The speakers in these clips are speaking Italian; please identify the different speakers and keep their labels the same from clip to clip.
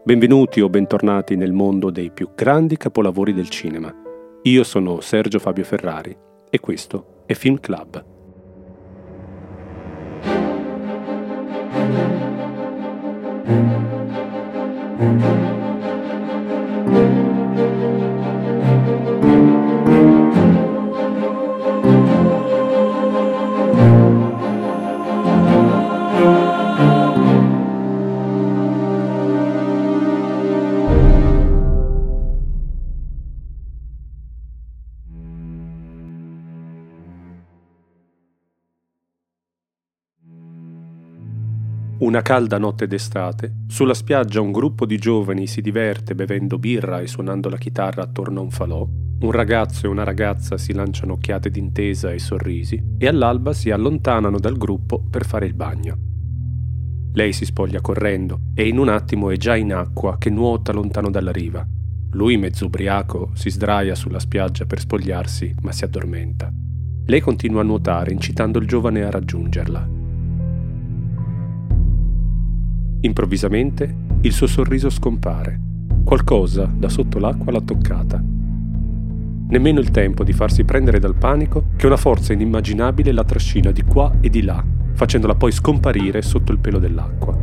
Speaker 1: Benvenuti o bentornati nel mondo dei più grandi capolavori del cinema. Io sono Sergio Fabio Ferrari e questo è Film Club. Una calda notte d'estate, sulla spiaggia un gruppo di giovani si diverte bevendo birra e suonando la chitarra attorno a un falò. Un ragazzo e una ragazza si lanciano occhiate d'intesa e sorrisi e all'alba si allontanano dal gruppo per fare il bagno. Lei si spoglia correndo e in un attimo è già in acqua che nuota lontano dalla riva. Lui, mezzo ubriaco, si sdraia sulla spiaggia per spogliarsi ma si addormenta. Lei continua a nuotare incitando il giovane a raggiungerla. Improvvisamente il suo sorriso scompare. Qualcosa da sotto l'acqua l'ha toccata. Nemmeno il tempo di farsi prendere dal panico che una forza inimmaginabile la trascina di qua e di là, facendola poi scomparire sotto il pelo dell'acqua.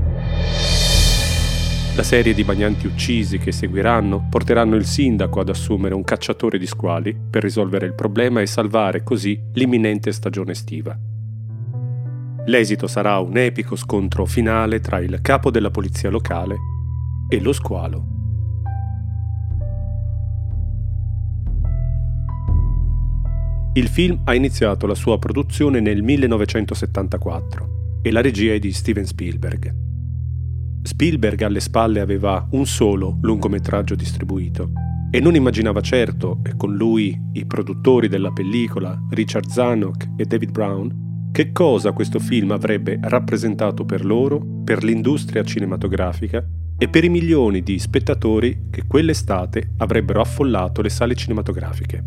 Speaker 1: La serie di bagnanti uccisi che seguiranno porteranno il sindaco ad assumere un cacciatore di squali per risolvere il problema e salvare così l'imminente stagione estiva. L'esito sarà un epico scontro finale tra il capo della polizia locale e lo squalo. Il film ha iniziato la sua produzione nel 1974 e la regia è di Steven Spielberg. Spielberg alle spalle aveva un solo lungometraggio distribuito e non immaginava certo, e con lui i produttori della pellicola, Richard Zanuck e David Brown, che cosa questo film avrebbe rappresentato per loro, per l'industria cinematografica e per i milioni di spettatori che quell'estate avrebbero affollato le sale cinematografiche.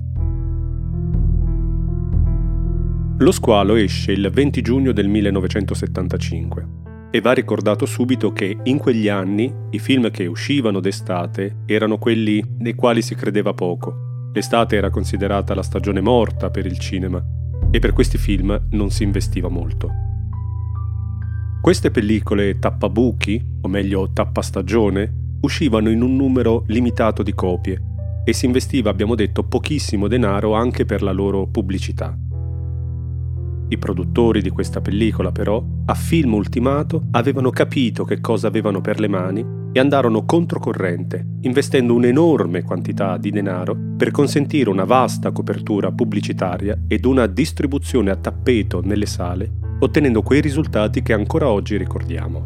Speaker 1: Lo Squalo esce il 20 giugno del 1975 e va ricordato subito che in quegli anni i film che uscivano d'estate erano quelli nei quali si credeva poco. L'estate era considerata la stagione morta per il cinema e per questi film non si investiva molto. Queste pellicole tappabuchi, o meglio tappastagione, uscivano in un numero limitato di copie e si investiva, abbiamo detto, pochissimo denaro anche per la loro pubblicità. I produttori di questa pellicola, però, a film ultimato, avevano capito che cosa avevano per le mani e andarono controcorrente, investendo un'enorme quantità di denaro per consentire una vasta copertura pubblicitaria ed una distribuzione a tappeto nelle sale, ottenendo quei risultati che ancora oggi ricordiamo.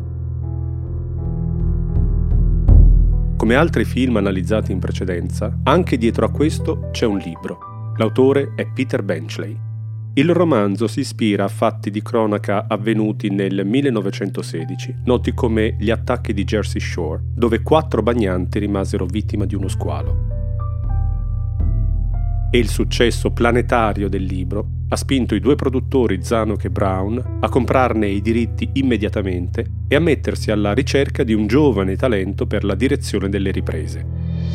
Speaker 1: Come altri film analizzati in precedenza, anche dietro a questo c'è un libro. L'autore è Peter Benchley. Il romanzo si ispira a fatti di cronaca avvenuti nel 1916, noti come gli attacchi di Jersey Shore, dove 4 bagnanti rimasero vittime di uno squalo. E il successo planetario del libro ha spinto i 2 produttori Zanuck e Brown a comprarne i diritti immediatamente e a mettersi alla ricerca di un giovane talento per la direzione delle riprese.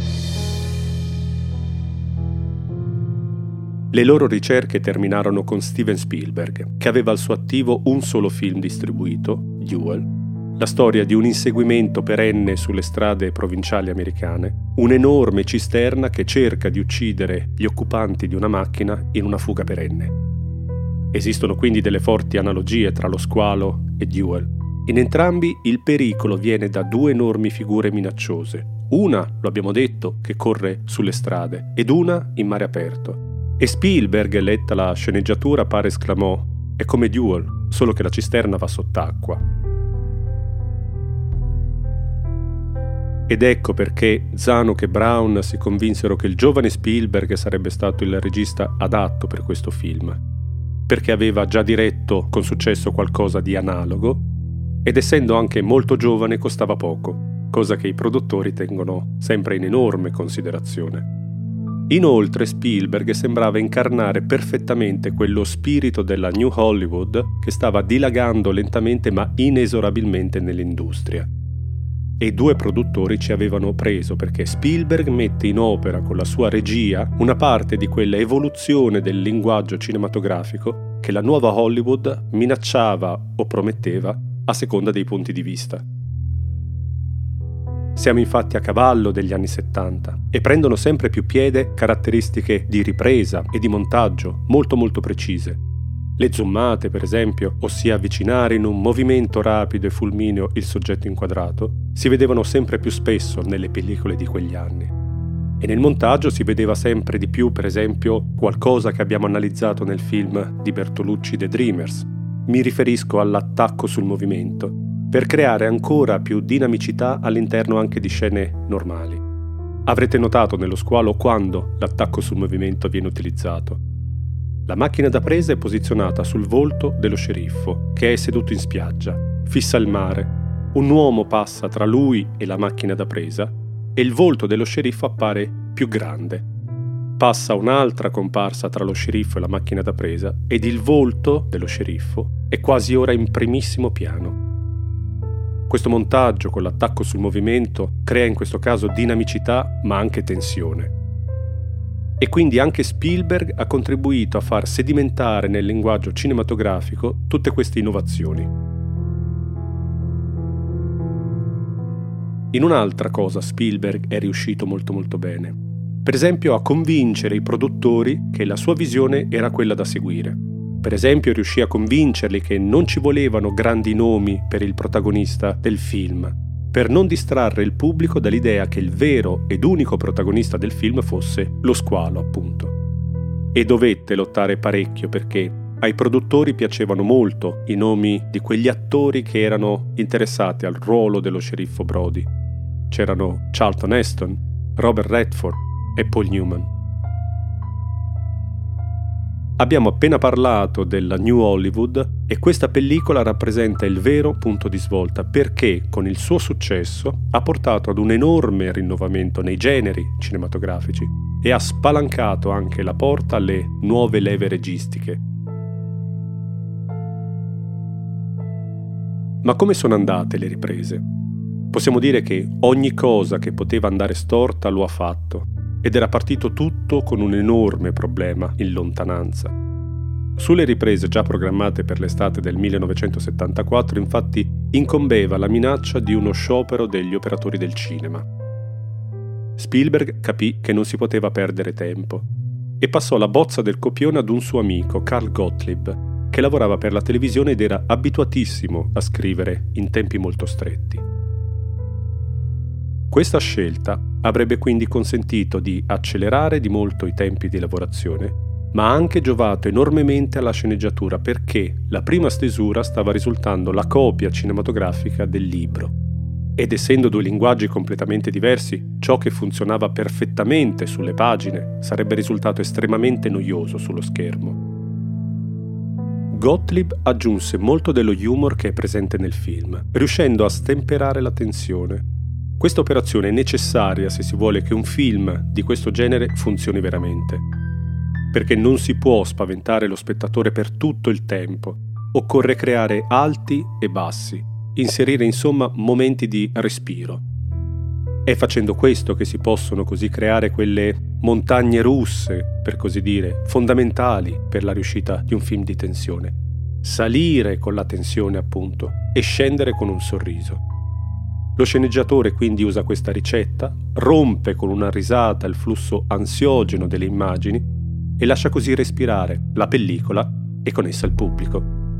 Speaker 1: Le loro ricerche terminarono con Steven Spielberg, che aveva al suo attivo un solo film distribuito, Duel, la storia di un inseguimento perenne sulle strade provinciali americane, un'enorme cisterna che cerca di uccidere gli occupanti di una macchina in una fuga perenne. Esistono quindi delle forti analogie tra Lo Squalo e Duel. In entrambi il pericolo viene da 2 enormi figure minacciose, una, lo abbiamo detto, che corre sulle strade, ed una in mare aperto. E Spielberg, letta la sceneggiatura, pare esclamò: «È come Duel, solo che la cisterna va sott'acqua». Ed ecco perché Zanuck e Brown si convinsero che il giovane Spielberg sarebbe stato il regista adatto per questo film, perché aveva già diretto con successo qualcosa di analogo ed essendo anche molto giovane costava poco, cosa che i produttori tengono sempre in enorme considerazione. Inoltre Spielberg sembrava incarnare perfettamente quello spirito della New Hollywood che stava dilagando lentamente ma inesorabilmente nell'industria. e 2 produttori ci avevano preso perché Spielberg mette in opera con la sua regia una parte di quella evoluzione del linguaggio cinematografico che la nuova Hollywood minacciava o prometteva a seconda dei punti di vista. Siamo infatti a cavallo degli anni 70 e prendono sempre più piede caratteristiche di ripresa e di montaggio molto precise. Le zoomate, per esempio, ossia avvicinare in un movimento rapido e fulmineo il soggetto inquadrato, si vedevano sempre più spesso nelle pellicole di quegli anni. E nel montaggio si vedeva sempre di più, per esempio, qualcosa che abbiamo analizzato nel film di Bertolucci The Dreamers. Mi riferisco all'attacco sul movimento, per creare ancora più dinamicità all'interno anche di scene normali. Avrete notato nello squalo quando l'attacco sul movimento viene utilizzato. La macchina da presa è posizionata sul volto dello sceriffo, che è seduto in spiaggia, fissa il mare. Un uomo passa tra lui e la macchina da presa e il volto dello sceriffo appare più grande. Passa un'altra comparsa tra lo sceriffo e la macchina da presa ed il volto dello sceriffo è quasi ora in primissimo piano. Questo montaggio con l'attacco sul movimento crea in questo caso dinamicità ma anche tensione. E quindi anche Spielberg ha contribuito a far sedimentare nel linguaggio cinematografico tutte queste innovazioni. In un'altra cosa Spielberg è riuscito molto bene. Per esempio a convincere i produttori che la sua visione era quella da seguire. Per esempio riuscì a convincerli che non ci volevano grandi nomi per il protagonista del film, per non distrarre il pubblico dall'idea che il vero ed unico protagonista del film fosse lo squalo, appunto. E dovette lottare parecchio perché ai produttori piacevano molto i nomi di quegli attori che erano interessati al ruolo dello sceriffo Brody. C'erano Charlton Heston, Robert Redford e Paul Newman. Abbiamo appena parlato della New Hollywood e questa pellicola rappresenta il vero punto di svolta perché con il suo successo ha portato ad un enorme rinnovamento nei generi cinematografici e ha spalancato anche la porta alle nuove leve registiche. Ma come sono andate le riprese? Possiamo dire che ogni cosa che poteva andare storta lo ha fatto. Ed era partito tutto con un enorme problema in lontananza. Sulle riprese già programmate per l'estate del 1974, infatti, incombeva la minaccia di uno sciopero degli operatori del cinema. Spielberg capì che non si poteva perdere tempo e passò la bozza del copione ad un suo amico, Carl Gottlieb, che lavorava per la televisione ed era abituatissimo a scrivere in tempi molto stretti. Questa scelta avrebbe quindi consentito di accelerare di molto i tempi di lavorazione, ma ha anche giovato enormemente alla sceneggiatura perché la prima stesura stava risultando la copia cinematografica del libro. Ed essendo 2 linguaggi completamente diversi, ciò che funzionava perfettamente sulle pagine sarebbe risultato estremamente noioso sullo schermo. Gottlieb aggiunse molto dello humor che è presente nel film, riuscendo a stemperare la tensione. Questa operazione è necessaria se si vuole che un film di questo genere funzioni veramente, perché non si può spaventare lo spettatore per tutto il tempo, occorre creare alti e bassi, inserire insomma momenti di respiro. È facendo questo che si possono così creare quelle montagne russe, per così dire, fondamentali per la riuscita di un film di tensione. Salire con la tensione appunto e scendere con un sorriso. Lo sceneggiatore quindi usa questa ricetta, rompe con una risata il flusso ansiogeno delle immagini e lascia così respirare la pellicola e con essa il pubblico.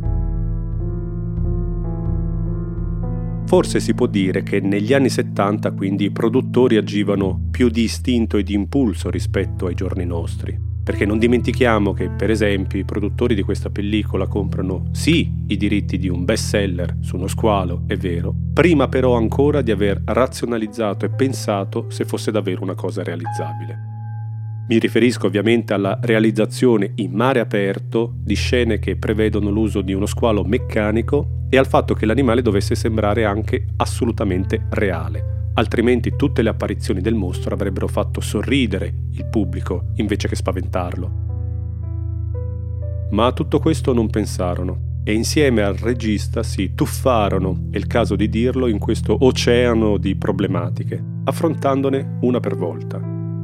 Speaker 1: Forse si può dire che negli anni 70 quindi i produttori agivano più di istinto e di impulso rispetto ai giorni nostri. Perché non dimentichiamo che, per esempio, i produttori di questa pellicola comprano sì i diritti di un bestseller su uno squalo, è vero, prima però ancora di aver razionalizzato e pensato se fosse davvero una cosa realizzabile. Mi riferisco ovviamente alla realizzazione in mare aperto di scene che prevedono l'uso di uno squalo meccanico e al fatto che l'animale dovesse sembrare anche assolutamente reale. Altrimenti tutte le apparizioni del mostro avrebbero fatto sorridere il pubblico invece che spaventarlo. Ma a tutto questo non pensarono. e insieme al regista si tuffarono, è il caso di dirlo, in questo oceano di problematiche, affrontandone una per volta.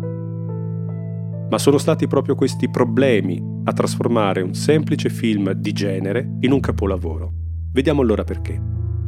Speaker 1: Ma sono stati proprio questi problemi a trasformare un semplice film di genere in un capolavoro. Vediamo allora perché.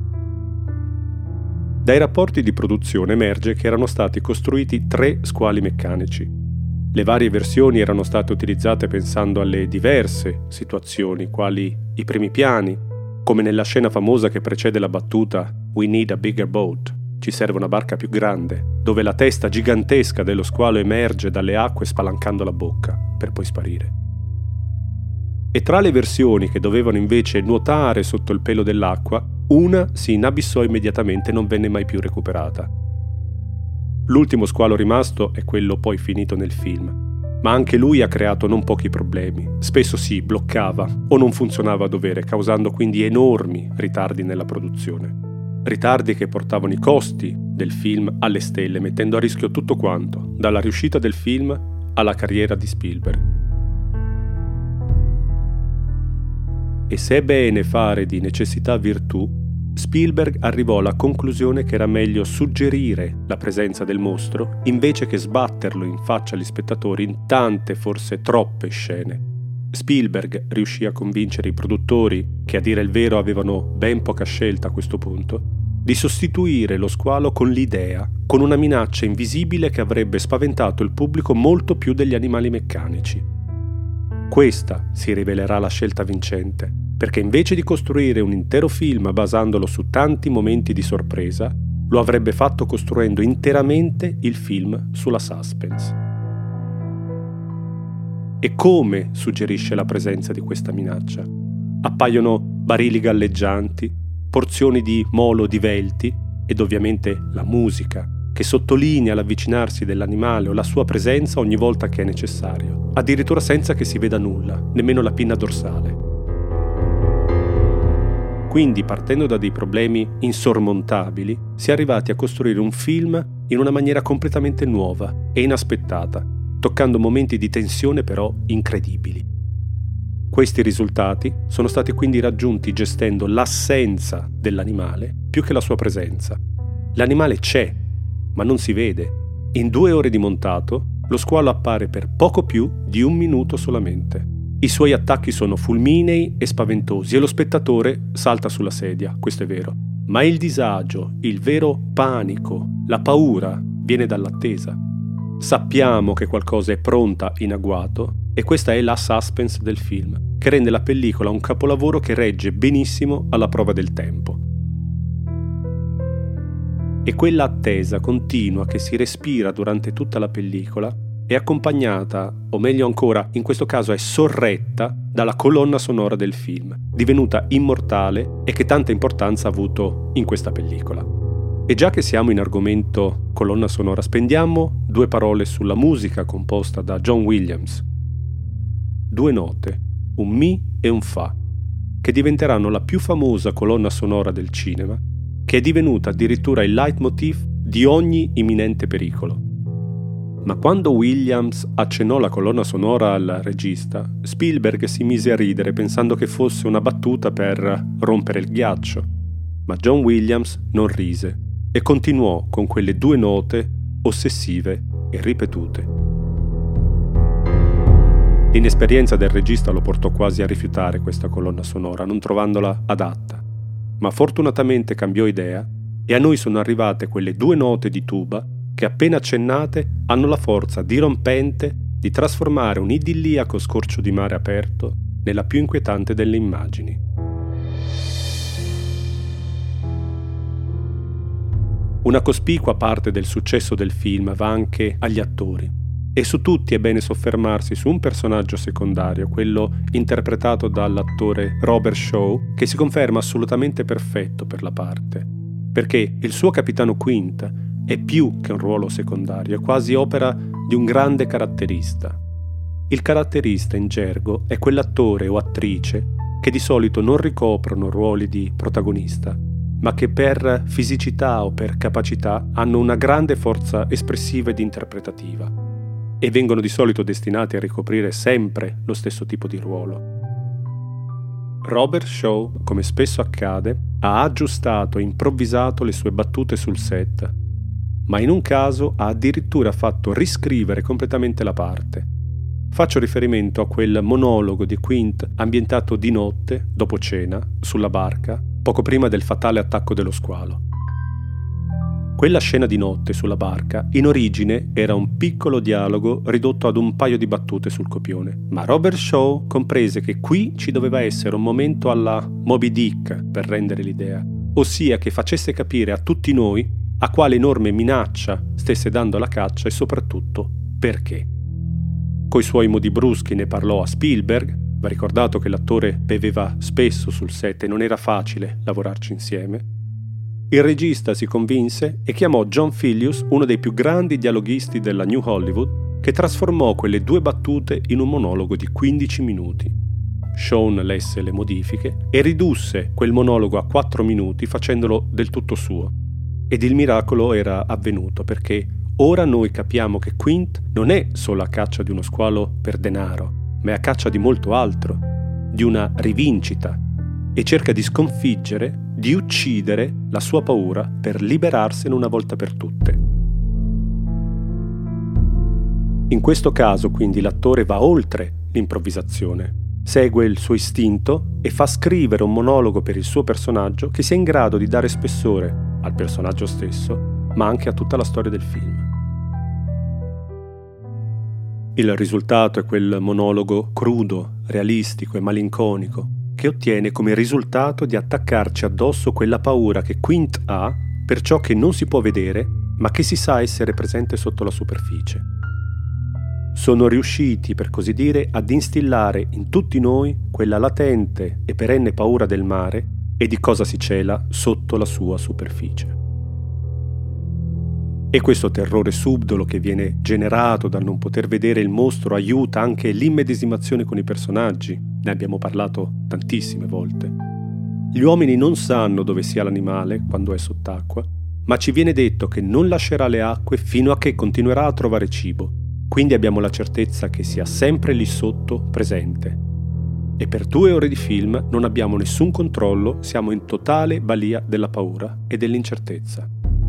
Speaker 1: Dai rapporti di produzione emerge che erano stati costruiti 3 squali meccanici. Le varie versioni erano state utilizzate pensando alle diverse situazioni, quali i primi piani, come nella scena famosa che precede la battuta "We need a bigger boat", ci serve una barca più grande, dove la testa gigantesca dello squalo emerge dalle acque spalancando la bocca, per poi sparire. E tra le versioni che dovevano invece nuotare sotto il pelo dell'acqua, una si inabissò immediatamente e non venne mai più recuperata. L'ultimo squalo rimasto è quello poi finito nel film, ma anche lui ha creato non pochi problemi. Spesso si bloccava o non funzionava a dovere, causando quindi enormi ritardi nella produzione. Ritardi che portavano i costi del film alle stelle, mettendo a rischio tutto quanto, dalla riuscita del film alla carriera di Spielberg. E se è bene fare di necessità virtù, Spielberg arrivò alla conclusione che era meglio suggerire la presenza del mostro invece che sbatterlo in faccia agli spettatori in tante, forse troppe scene. Spielberg riuscì a convincere i produttori, che a dire il vero avevano ben poca scelta a questo punto, di sostituire lo squalo con l'idea, con una minaccia invisibile che avrebbe spaventato il pubblico molto più degli animali meccanici. Questa si rivelerà la scelta vincente, perché invece di costruire un intero film basandolo su tanti momenti di sorpresa, lo avrebbe fatto costruendo interamente il film sulla suspense. E come suggerisce la presenza di questa minaccia? Appaiono barili galleggianti, porzioni di molo divelti ed ovviamente la musica, che sottolinea l'avvicinarsi dell'animale o la sua presenza ogni volta che è necessario, addirittura senza che si veda nulla, nemmeno la pinna dorsale. Quindi, partendo da dei problemi insormontabili, si è arrivati a costruire un film in una maniera completamente nuova e inaspettata, toccando momenti di tensione però incredibili. Questi risultati sono stati quindi raggiunti gestendo l'assenza dell'animale più che la sua presenza. L'animale c'è, ma non si vede. In 2 ore di montato, lo squalo appare per poco più di 1 minuto solamente. I suoi attacchi sono fulminei e spaventosi e lo spettatore salta sulla sedia, questo è vero. Ma il disagio, il vero panico, la paura viene dall'attesa. Sappiamo che qualcosa è pronta in agguato e questa è la suspense del film, che rende la pellicola un capolavoro che regge benissimo alla prova del tempo. E quella attesa continua che si respira durante tutta la pellicola è accompagnata, o meglio ancora, in questo caso è sorretta dalla colonna sonora del film, divenuta immortale e che tanta importanza ha avuto in questa pellicola. E già che siamo in argomento colonna sonora, spendiamo 2 parole sulla musica composta da John Williams. 2 note, un Mi e un Fa, che diventeranno la più famosa colonna sonora del cinema, che è divenuta addirittura il leitmotiv di ogni imminente pericolo. Ma quando Williams accennò la colonna sonora al regista, Spielberg si mise a ridere pensando che fosse una battuta per rompere il ghiaccio. Ma John Williams non rise e continuò con quelle 2 note ossessive e ripetute. L'inesperienza del regista lo portò quasi a rifiutare questa colonna sonora, non trovandola adatta. Ma fortunatamente cambiò idea e a noi sono arrivate quelle 2 note di tuba che appena accennate hanno la forza dirompente di trasformare un idilliaco scorcio di mare aperto nella più inquietante delle immagini. Una cospicua parte del successo del film va anche agli attori. E su tutti è bene soffermarsi su un personaggio secondario, quello interpretato dall'attore Robert Shaw, che si conferma assolutamente perfetto per la parte, perché il suo capitano Quint è più che un ruolo secondario, è quasi opera di un grande caratterista. Il caratterista in gergo è quell'attore o attrice che di solito non ricoprono ruoli di protagonista, ma che per fisicità o per capacità hanno una grande forza espressiva ed interpretativa. E vengono di solito destinati a ricoprire sempre lo stesso tipo di ruolo. Robert Shaw, come spesso accade, ha aggiustato e improvvisato le sue battute sul set, ma in un caso ha addirittura fatto riscrivere completamente la parte. Faccio riferimento a quel monologo di Quint ambientato di notte, dopo cena, sulla barca, poco prima del fatale attacco dello squalo. Quella scena di notte sulla barca in origine era un piccolo dialogo ridotto ad un paio di battute sul copione, ma Robert Shaw comprese che qui ci doveva essere un momento alla Moby Dick per rendere l'idea, ossia che facesse capire a tutti noi a quale enorme minaccia stesse dando la caccia e soprattutto perché. Coi suoi modi bruschi ne parlò a Spielberg. Va ricordato che l'attore beveva spesso sul set e non era facile lavorarci insieme. Il regista si convinse e chiamò John Filius, uno dei più grandi dialoghisti della New Hollywood, che trasformò quelle 2 battute in un monologo di 15 minuti. Shawn lesse le modifiche e ridusse quel monologo a 4 minuti facendolo del tutto suo. Ed il miracolo era avvenuto perché ora noi capiamo che Quint non è solo a caccia di uno squalo per denaro, ma è a caccia di molto altro, di una rivincita, e cerca di sconfiggere, di uccidere la sua paura per liberarsene una volta per tutte. In questo caso, quindi, l'attore va oltre l'improvvisazione, segue il suo istinto e fa scrivere un monologo per il suo personaggio che sia in grado di dare spessore al personaggio stesso, ma anche a tutta la storia del film. Il risultato è quel monologo crudo, realistico e malinconico, che ottiene come risultato di attaccarci addosso quella paura che Quint ha per ciò che non si può vedere, ma che si sa essere presente sotto la superficie. Sono riusciti, per così dire, ad instillare in tutti noi quella latente e perenne paura del mare e di cosa si cela sotto la sua superficie. E questo terrore subdolo che viene generato dal non poter vedere il mostro aiuta anche l'immedesimazione con i personaggi. Ne abbiamo parlato tantissime volte. Gli uomini non sanno dove sia l'animale quando è sott'acqua, ma ci viene detto che non lascerà le acque fino a che continuerà a trovare cibo. Quindi abbiamo la certezza che sia sempre lì sotto, presente. E per 2 ore di film non abbiamo nessun controllo, siamo in totale balia della paura e dell'incertezza.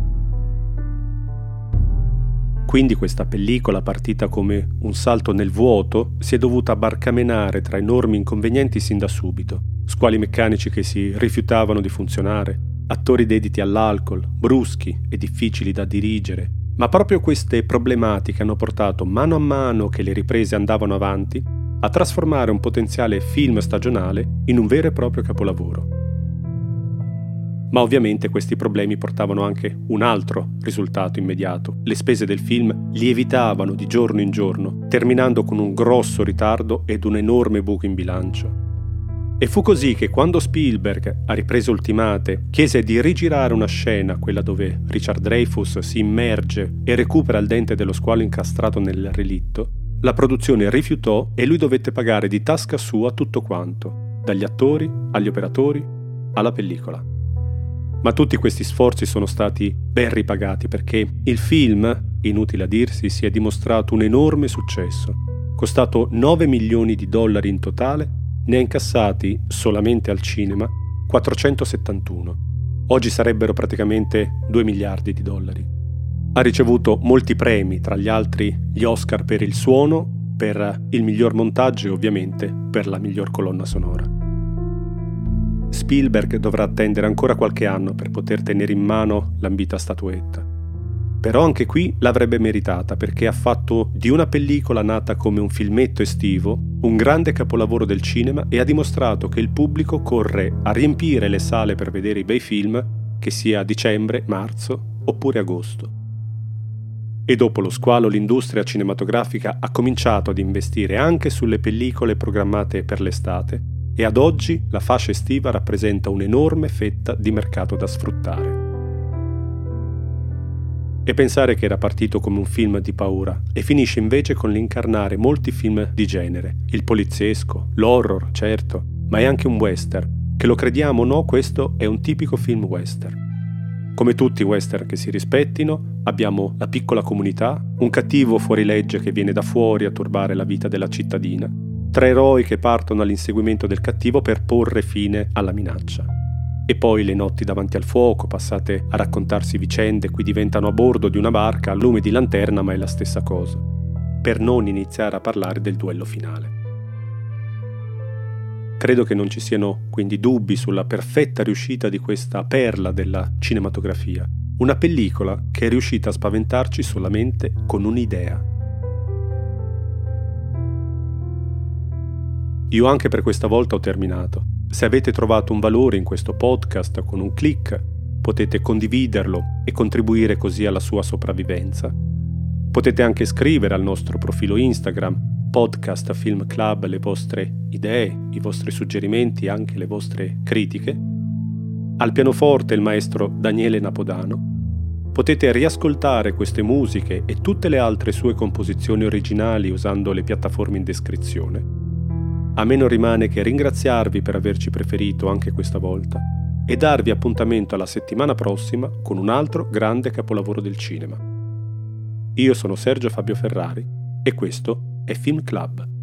Speaker 1: Quindi questa pellicola, partita come un salto nel vuoto, si è dovuta barcamenare tra enormi inconvenienti sin da subito. Squali meccanici che si rifiutavano di funzionare, attori dediti all'alcol, bruschi e difficili da dirigere. Ma proprio queste problematiche hanno portato, mano a mano che le riprese andavano avanti, a trasformare un potenziale film stagionale in un vero e proprio capolavoro. Ma ovviamente questi problemi portavano anche un altro risultato immediato. Le spese del film lievitavano di giorno in giorno, terminando con un grosso ritardo ed un enorme buco in bilancio. E fu così che quando Spielberg, a riprese ultimate, chiese di rigirare una scena, quella dove Richard Dreyfuss si immerge e recupera il dente dello squalo incastrato nel relitto, la produzione rifiutò e lui dovette pagare di tasca sua tutto quanto, dagli attori agli operatori alla pellicola. Ma tutti questi sforzi sono stati ben ripagati perché il film, inutile a dirsi, si è dimostrato un enorme successo. Costato $9 milioni in totale, ne ha incassati solamente al cinema 471. Oggi sarebbero praticamente $2 miliardi. Ha ricevuto molti premi, tra gli altri gli Oscar per il suono, per il miglior montaggio e ovviamente per la miglior colonna sonora. Spielberg dovrà attendere ancora qualche anno per poter tenere in mano l'ambita statuetta. Però anche qui l'avrebbe meritata perché ha fatto di una pellicola nata come un filmetto estivo un grande capolavoro del cinema e ha dimostrato che il pubblico corre a riempire le sale per vedere i bei film, che sia dicembre, marzo oppure agosto. E dopo lo squalo l'industria cinematografica ha cominciato ad investire anche sulle pellicole programmate per l'estate e ad oggi la fascia estiva rappresenta un'enorme fetta di mercato da sfruttare. E pensare che era partito come un film di paura e finisce invece con l'incarnare molti film di genere, il poliziesco, l'horror, certo, ma è anche un western, che lo crediamo o no, questo è un tipico film western. Come tutti i western che si rispettino, abbiamo la piccola comunità, un cattivo fuorilegge che viene da fuori a turbare la vita della cittadina, 3 eroi che partono all'inseguimento del cattivo per porre fine alla minaccia. E poi le notti davanti al fuoco, passate a raccontarsi vicende, qui diventano a bordo di una barca, a lume di lanterna, ma è la stessa cosa, per non iniziare a parlare del duello finale. Credo che non ci siano quindi dubbi sulla perfetta riuscita di questa perla della cinematografia, una pellicola che è riuscita a spaventarci solamente con un'idea. Io anche per questa volta ho terminato. Se avete trovato un valore in questo podcast, con un click potete condividerlo e contribuire così alla sua sopravvivenza. Potete anche scrivere al nostro profilo Instagram Podcast Film Club le vostre idee, i vostri suggerimenti, anche le vostre critiche. Al pianoforte il maestro Daniele Napodano. Potete riascoltare queste musiche e tutte le altre sue composizioni originali usando le piattaforme in descrizione. A me non rimane che ringraziarvi per averci preferito anche questa volta e darvi appuntamento alla settimana prossima con un altro grande capolavoro del cinema. Io sono Sergio Fabio Ferrari e questo è Film Club.